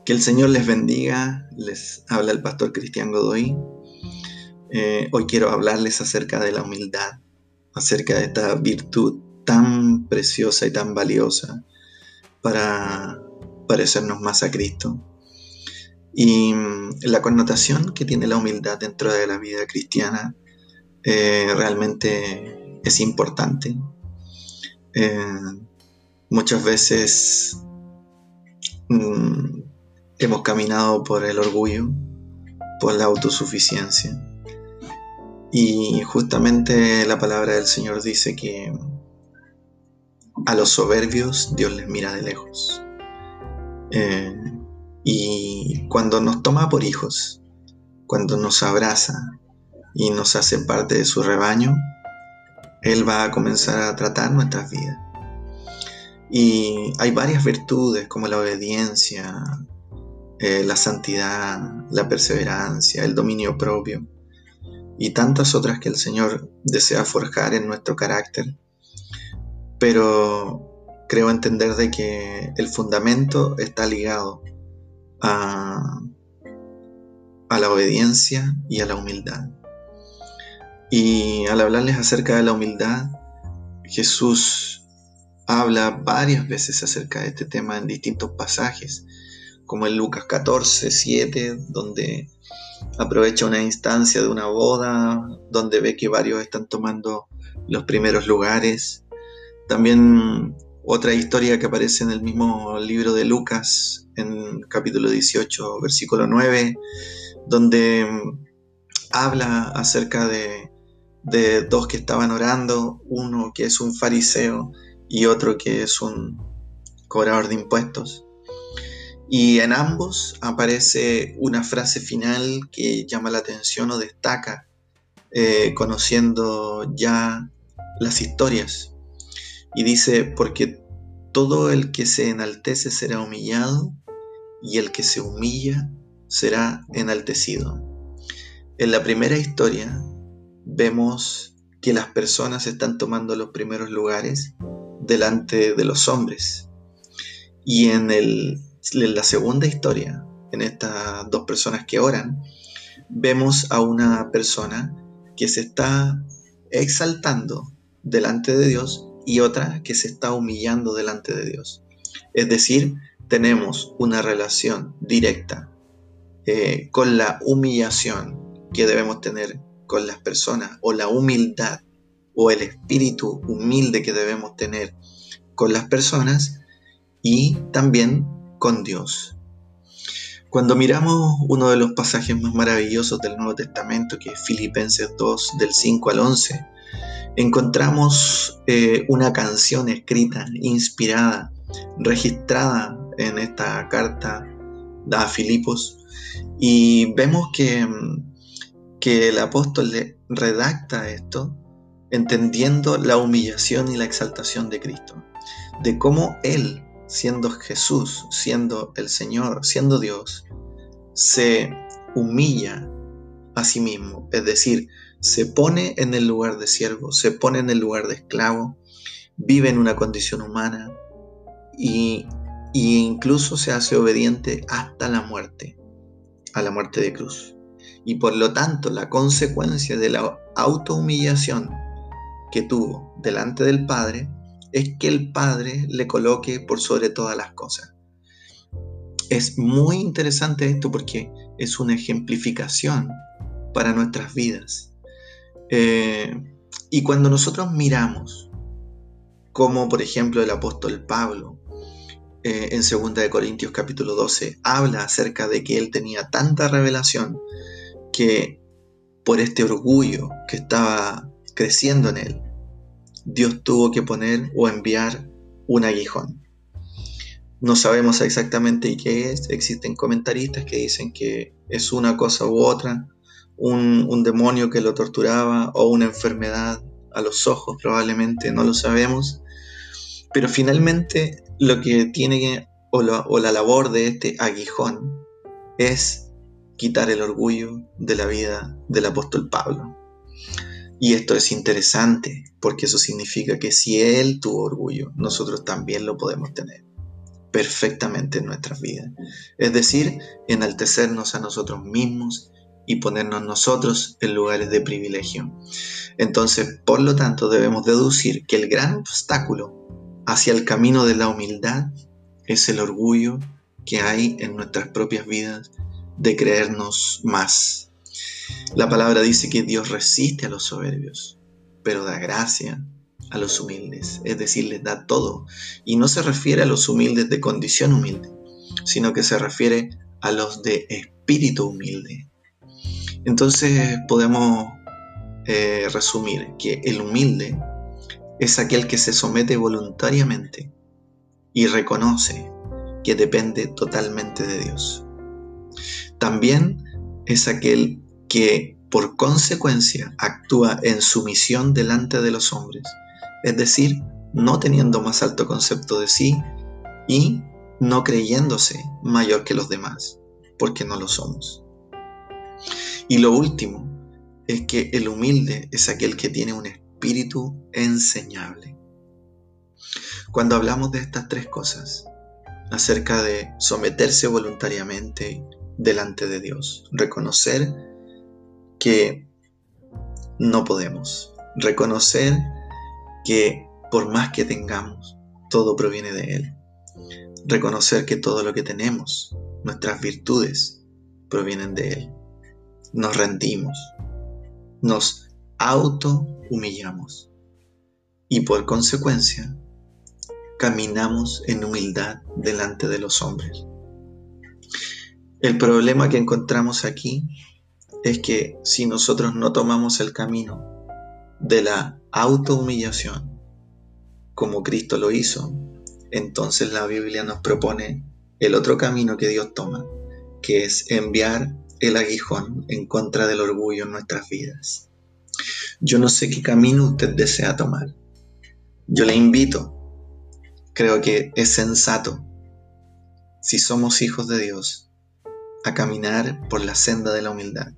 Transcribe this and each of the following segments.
Que el Señor les bendiga. Les habla el pastor Cristian Godoy. Hoy quiero hablarles acerca de la humildad, acerca de esta virtud tan preciosa y tan valiosa para parecernos más a Cristo. Y la connotación que tiene la humildad dentro de la vida cristiana realmente es importante. Muchas veces hemos caminado por el orgullo, por la autosuficiencia, y justamente la palabra del Señor dice que a los soberbios Dios les mira de lejos. Y cuando nos toma por hijos, cuando nos abraza y nos hace parte de su rebaño, Él va a comenzar a tratar nuestras vidas. Y hay varias virtudes como la obediencia, la santidad, la perseverancia, el dominio propio y tantas otras que el Señor desea forjar en nuestro carácter. Pero creo entender de que el fundamento está ligado a la obediencia y a la humildad. Y al hablarles acerca de la humildad, Jesús habla varias veces acerca de este tema en distintos pasajes, como en Lucas 14:7, donde aprovecha una instancia de una boda, donde ve que varios están tomando los primeros lugares. También otra historia que aparece en el mismo libro de Lucas, en capítulo 18, versículo 9, donde habla acerca de dos que estaban orando, uno que es un fariseo y otro que es un cobrador de impuestos. Y en ambos aparece una frase final que llama la atención o destaca, conociendo ya las historias. Y dice, porque todo el que se enaltece será humillado, y el que se humilla será enaltecido. En la primera historia vemos que las personas están tomando los primeros lugares delante de los hombres. Y en la segunda historia, en estas dos personas que oran, vemos a una persona que se está exaltando delante de Dios y otra que se está humillando delante de Dios. Es decir, tenemos una relación directa con la humillación que debemos tener con las personas, o la humildad o el espíritu humilde que debemos tener con las personas, y también con Dios. Cuando miramos uno de los pasajes más maravillosos del Nuevo Testamento, que es Filipenses 2, del 5 al 11, encontramos una canción escrita, inspirada, registrada en esta carta a Filipos, y vemos que el apóstol le redacta esto entendiendo la humillación y la exaltación de Cristo, de cómo Él, siendo Jesús, siendo el Señor, siendo Dios, se humilla a sí mismo, es decir, se pone en el lugar de siervo, se pone en el lugar de esclavo, vive en una condición humana y incluso se hace obediente hasta la muerte, a la muerte de cruz. Y por lo tanto, la consecuencia de la autohumillación que tuvo delante del Padre es que el Padre le coloque por sobre todas las cosas. Es muy interesante esto porque es una ejemplificación para nuestras vidas. Y cuando nosotros miramos como, por ejemplo, el apóstol Pablo en 2 de Corintios capítulo 12 habla acerca de que él tenía tanta revelación que por este orgullo que estaba creciendo en él, Dios tuvo que poner o enviar un aguijón. No sabemos exactamente qué es. Existen comentaristas que dicen que es una cosa u otra, un demonio que lo torturaba o una enfermedad a los ojos, probablemente, no lo sabemos. Pero finalmente lo que tiene o la labor de este aguijón es quitar el orgullo de la vida del apóstol Pablo. Y esto es interesante porque eso significa que si él tuvo orgullo, nosotros también lo podemos tener. perfectamente en nuestras vidas. Es decir, enaltecernos a nosotros mismos y ponernos nosotros en lugares de privilegio. Entonces, por lo tanto, debemos deducir que el gran obstáculo hacia el camino de la humildad es el orgullo que hay en nuestras propias vidas de creernos más. La palabra dice que Dios resiste a los soberbios, pero da gracia a los humildes, es decir, les da todo. Y no se refiere a los humildes de condición humilde, sino que se refiere a los de espíritu humilde. Entonces podemos resumir que el humilde es aquel que se somete voluntariamente y reconoce que depende totalmente de Dios. También es aquel que por consecuencia actúa en sumisión delante de los hombres, es decir, no teniendo más alto concepto de sí y no creyéndose mayor que los demás, porque no lo somos. Y lo último es que el humilde es aquel que tiene un espíritu enseñable. Cuando hablamos de estas tres cosas, acerca de someterse voluntariamente delante de Dios, reconocer que no podemos, reconocer que por más que tengamos, todo proviene de Él, reconocer que todo lo que tenemos, nuestras virtudes, provienen de Él. Nos rendimos, nos auto-humillamos y por consecuencia caminamos en humildad delante de los hombres. El problema que encontramos aquí es que si nosotros no tomamos el camino de la auto-humillación como Cristo lo hizo, entonces la Biblia nos propone el otro camino que Dios toma, que es enviar el aguijón en contra del orgullo en nuestras vidas. Yo no sé qué camino usted desea tomar. Yo le invito, creo que es sensato, si somos hijos de Dios, a caminar por la senda de la humildad.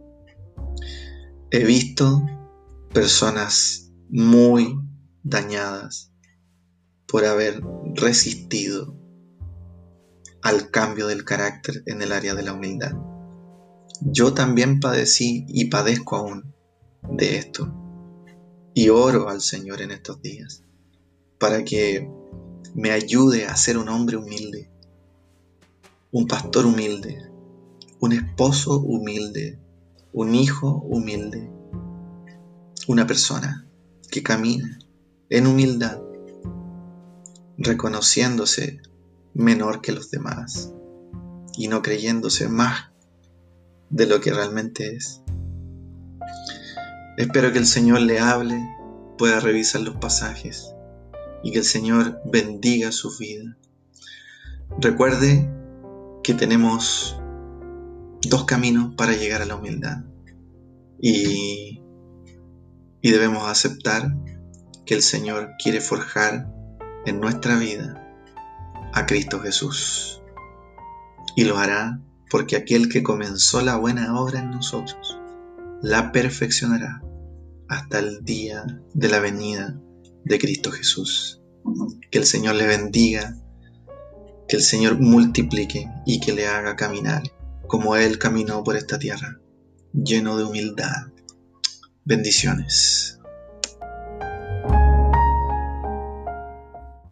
He visto personas muy dañadas por haber resistido al cambio del carácter en el área de la humildad. Yo también padecí y padezco aún de esto. Y oro al Señor en estos días para que me ayude a ser un hombre humilde, un pastor humilde, un esposo humilde, un hijo humilde, una persona que camina en humildad, reconociéndose menor que los demás y no creyéndose más de lo que realmente es. Espero que el Señor le hable, pueda revisar los pasajes y que el Señor bendiga su vida. Recuerde que tenemos dos caminos para llegar a la humildad y debemos aceptar que el Señor quiere forjar en nuestra vida a Cristo Jesús y lo hará porque aquel que comenzó la buena obra en nosotros la perfeccionará hasta el día de la venida de Cristo Jesús. Que el Señor le bendiga, que el Señor multiplique y que le haga caminar como Él caminó por esta tierra, lleno de humildad. Bendiciones.